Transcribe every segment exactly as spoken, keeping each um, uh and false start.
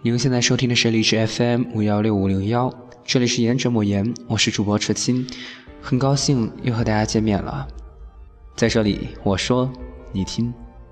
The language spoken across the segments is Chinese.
您现在收听的是荔枝 F M 五幺六五零幺，这里是言者莫言，我是主播迟青，很高兴又和大家见面了。在这里我说你听。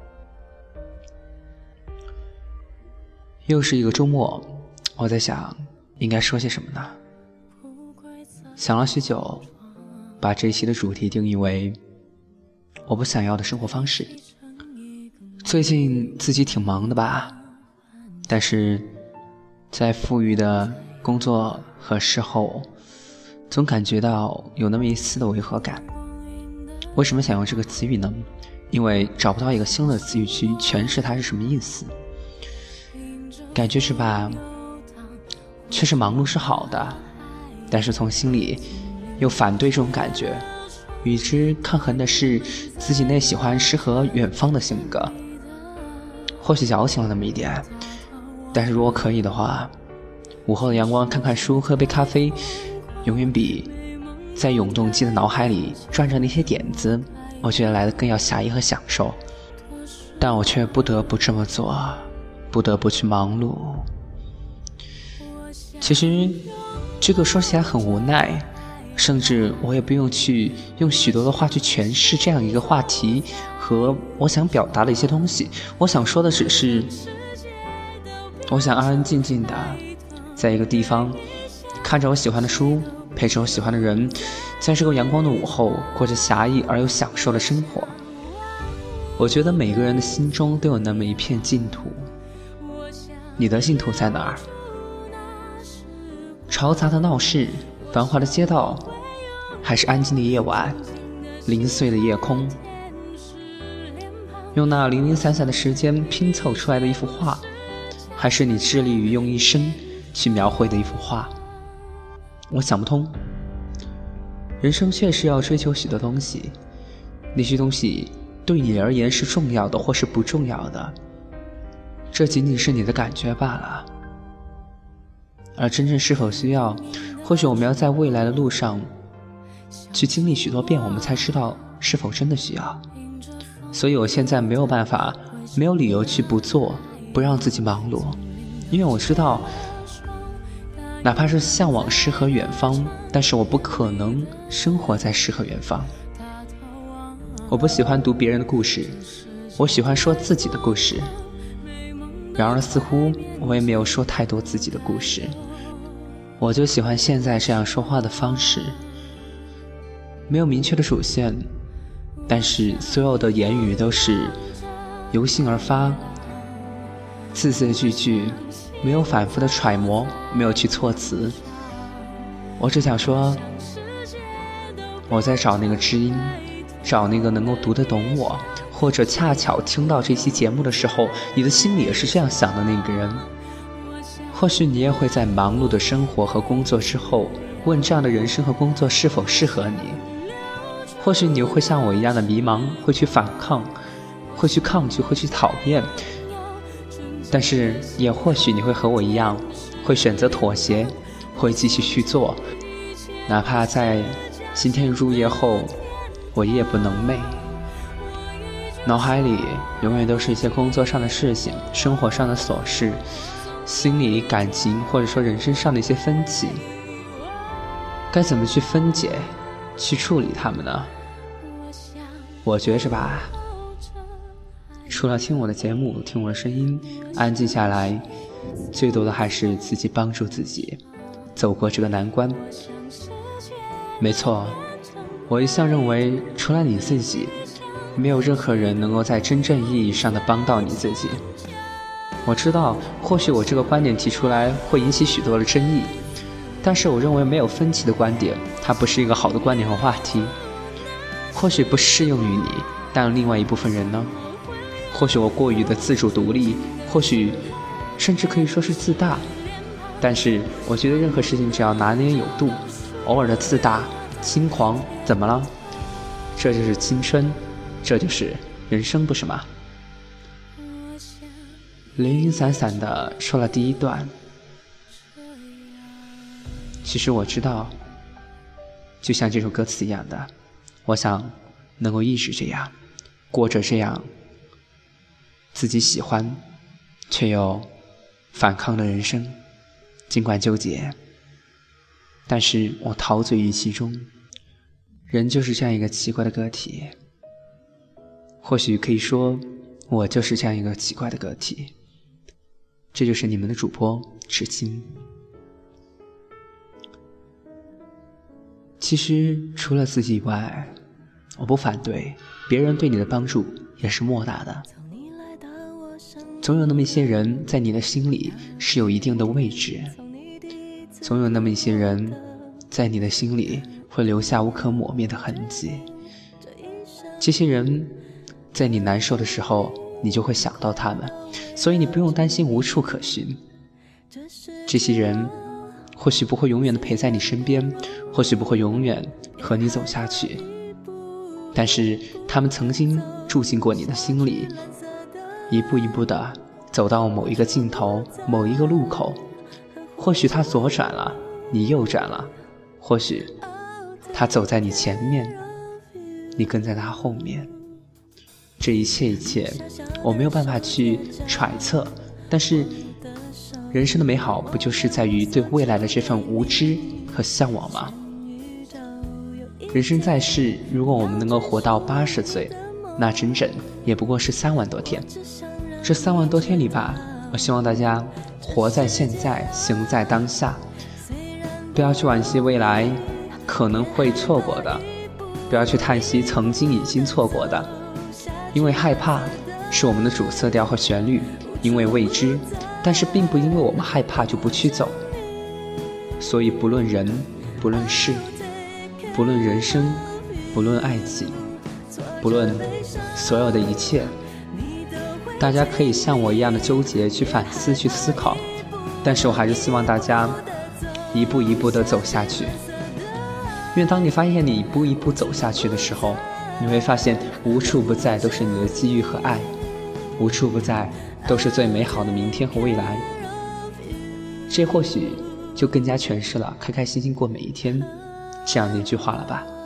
又是一个周末，我在想应该说些什么呢？想了许久，把这一期的主题定义为我不想要的生活方式。最近自己挺忙的吧，但是在富裕的工作和事后，总感觉到有那么一丝的违和感。为什么想用这个词语呢？因为找不到一个新的词语去诠释它是什么意思。感觉是吧，确实忙碌是好的，但是从心里又反对这种感觉。与之抗衡的是自己那喜欢诗和远方的性格。或许矫情了那么一点，但是如果可以的话，午后的阳光看看书喝杯咖啡，永远比在永动机的脑海里转着那些点子，我觉得来得更要侠义和享受。但我却不得不这么做，不得不去忙碌。其实这个说起来很无奈，甚至我也不用去用许多的话去诠释这样一个话题和我想表达的一些东西。我想说的只是，我想安安静静的在一个地方，看着我喜欢的书，陪着我喜欢的人，在这个阳光的午后，过着侠义而又享受的生活。我觉得每个人的心中都有那么一片净土。你的净土在哪儿？嘈杂的闹市，繁华的街道，还是安静的夜晚，零碎的夜空？用那零零散散的时间拼凑出来的一幅画，还是你致力于用一生去描绘的一幅画？我想不通。人生确实要追求许多东西，那些东西对你而言是重要的或是不重要的，这仅仅是你的感觉罢了。而真正是否需要，或许我们要在未来的路上去经历许多遍，我们才知道是否真的需要。所以我现在没有办法，没有理由去不做，不让自己忙碌，因为我知道哪怕是向往诗和远方，但是我不可能生活在诗和远方。我不喜欢读别人的故事，我喜欢说自己的故事。然而似乎我也没有说太多自己的故事，我就喜欢现在这样说话的方式，没有明确的主线，但是所有的言语都是由心而发，字字句句没有反复的揣摩，没有去措辞。我只想说，我在找那个知音，找那个能够读得懂我，或者恰巧听到这期节目的时候，你的心里也是这样想的那个人。或许你也会在忙碌的生活和工作之后，问这样的人生和工作是否适合你。或许你会像我一样的迷茫，会去反抗，会去抗拒，会去讨厌。但是也或许你会和我一样，会选择妥协，会继续去做，哪怕在今天入夜后我夜不能寐，脑海里永远都是一些工作上的事情，生活上的琐事，心理感情或者说人生上的一些分歧，该怎么去分解去处理它们呢？我觉着吧，除了听我的节目，听我的声音，安静下来，最多的还是自己帮助自己走过这个难关。没错，我一向认为除了你自己，没有任何人能够在真正意义上的帮到你自己。我知道或许我这个观点提出来会引起许多的争议，但是我认为没有分歧的观点，它不是一个好的观点和话题。或许不适用于你，但另外一部分人呢？或许我过于的自主独立，或许甚至可以说是自大，但是我觉得任何事情只要拿捏有度，偶尔的自大轻狂怎么了？这就是青春，这就是人生，不是吗？零零散散的说了第一段，其实我知道，就像这首歌词一样的，我想能够一直这样过着这样自己喜欢却又反抗的人生，尽管纠结，但是我陶醉于其中。人就是这样一个奇怪的个体，或许可以说我就是这样一个奇怪的个体。这就是你们的主播知青。其实除了自己以外，我不反对别人对你的帮助也是莫大的。总有那么一些人在你的心里是有一定的位置，总有那么一些人在你的心里会留下无可抹灭的痕迹。这些人在你难受的时候，你就会想到他们，所以你不用担心无处可寻。这些人或许不会永远的陪在你身边，或许不会永远和你走下去，但是他们曾经住进过你的心里，一步一步的走到某一个尽头，某一个路口。或许他左转了，你右转了，或许他走在你前面，你跟在他后面。这一切一切我没有办法去揣测，但是人生的美好不就是在于对未来的这份无知和向往吗？人生在世，如果我们能够活到八十岁，那整整也不过是三万多天。这三万多天里吧，我希望大家活在现在，行在当下，不要去惋惜未来可能会错过的，不要去叹息曾经已经错过的。因为害怕是我们的主色调和旋律，因为未知，但是并不因为我们害怕就不去走。所以不论人，不论事，不论人生，不论爱情，不论所有的一切，大家可以像我一样的纠结，去反思，去思考，但是我还是希望大家一步一步的走下去。因为当你发现你一步一步走下去的时候，你会发现无处不在都是你的机遇和爱，无处不在都是最美好的明天和未来。这或许就更加诠释了开开心心过每一天这样的一句话了吧。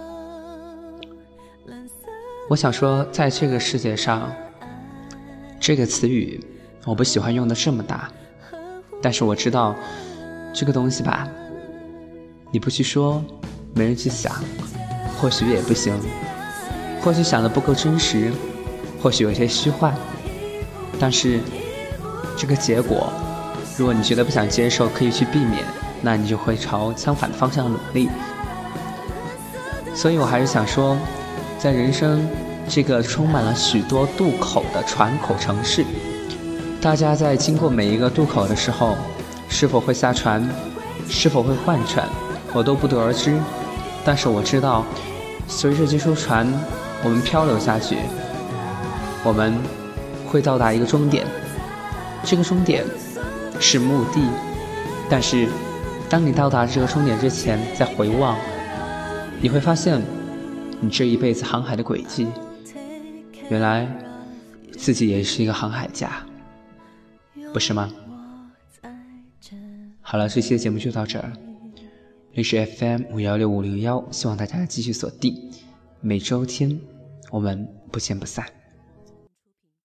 我想说，在这个世界上，这个词语我不喜欢用的这么大，但是我知道这个东西吧，你不去说，没人去想，或许也不行，或许想的不够真实，或许有些虚幻，但是这个结果，如果你觉得不想接受，可以去避免，那你就会朝相反的方向努力。所以我还是想说，在人生这个充满了许多渡口的船口城市，大家在经过每一个渡口的时候，是否会下船，是否会换船，我都不得而知。但是我知道，随着这艘船我们漂流下去，我们会到达一个终点，这个终点是目的，但是当你到达这个终点之前再回望，你会发现你这一辈子航海的轨迹，原来自己也是一个航海家，不是吗？好了，这期的节目就到这儿。这是 F M 五一六五零一，希望大家继续锁定，每周天我们不见不散。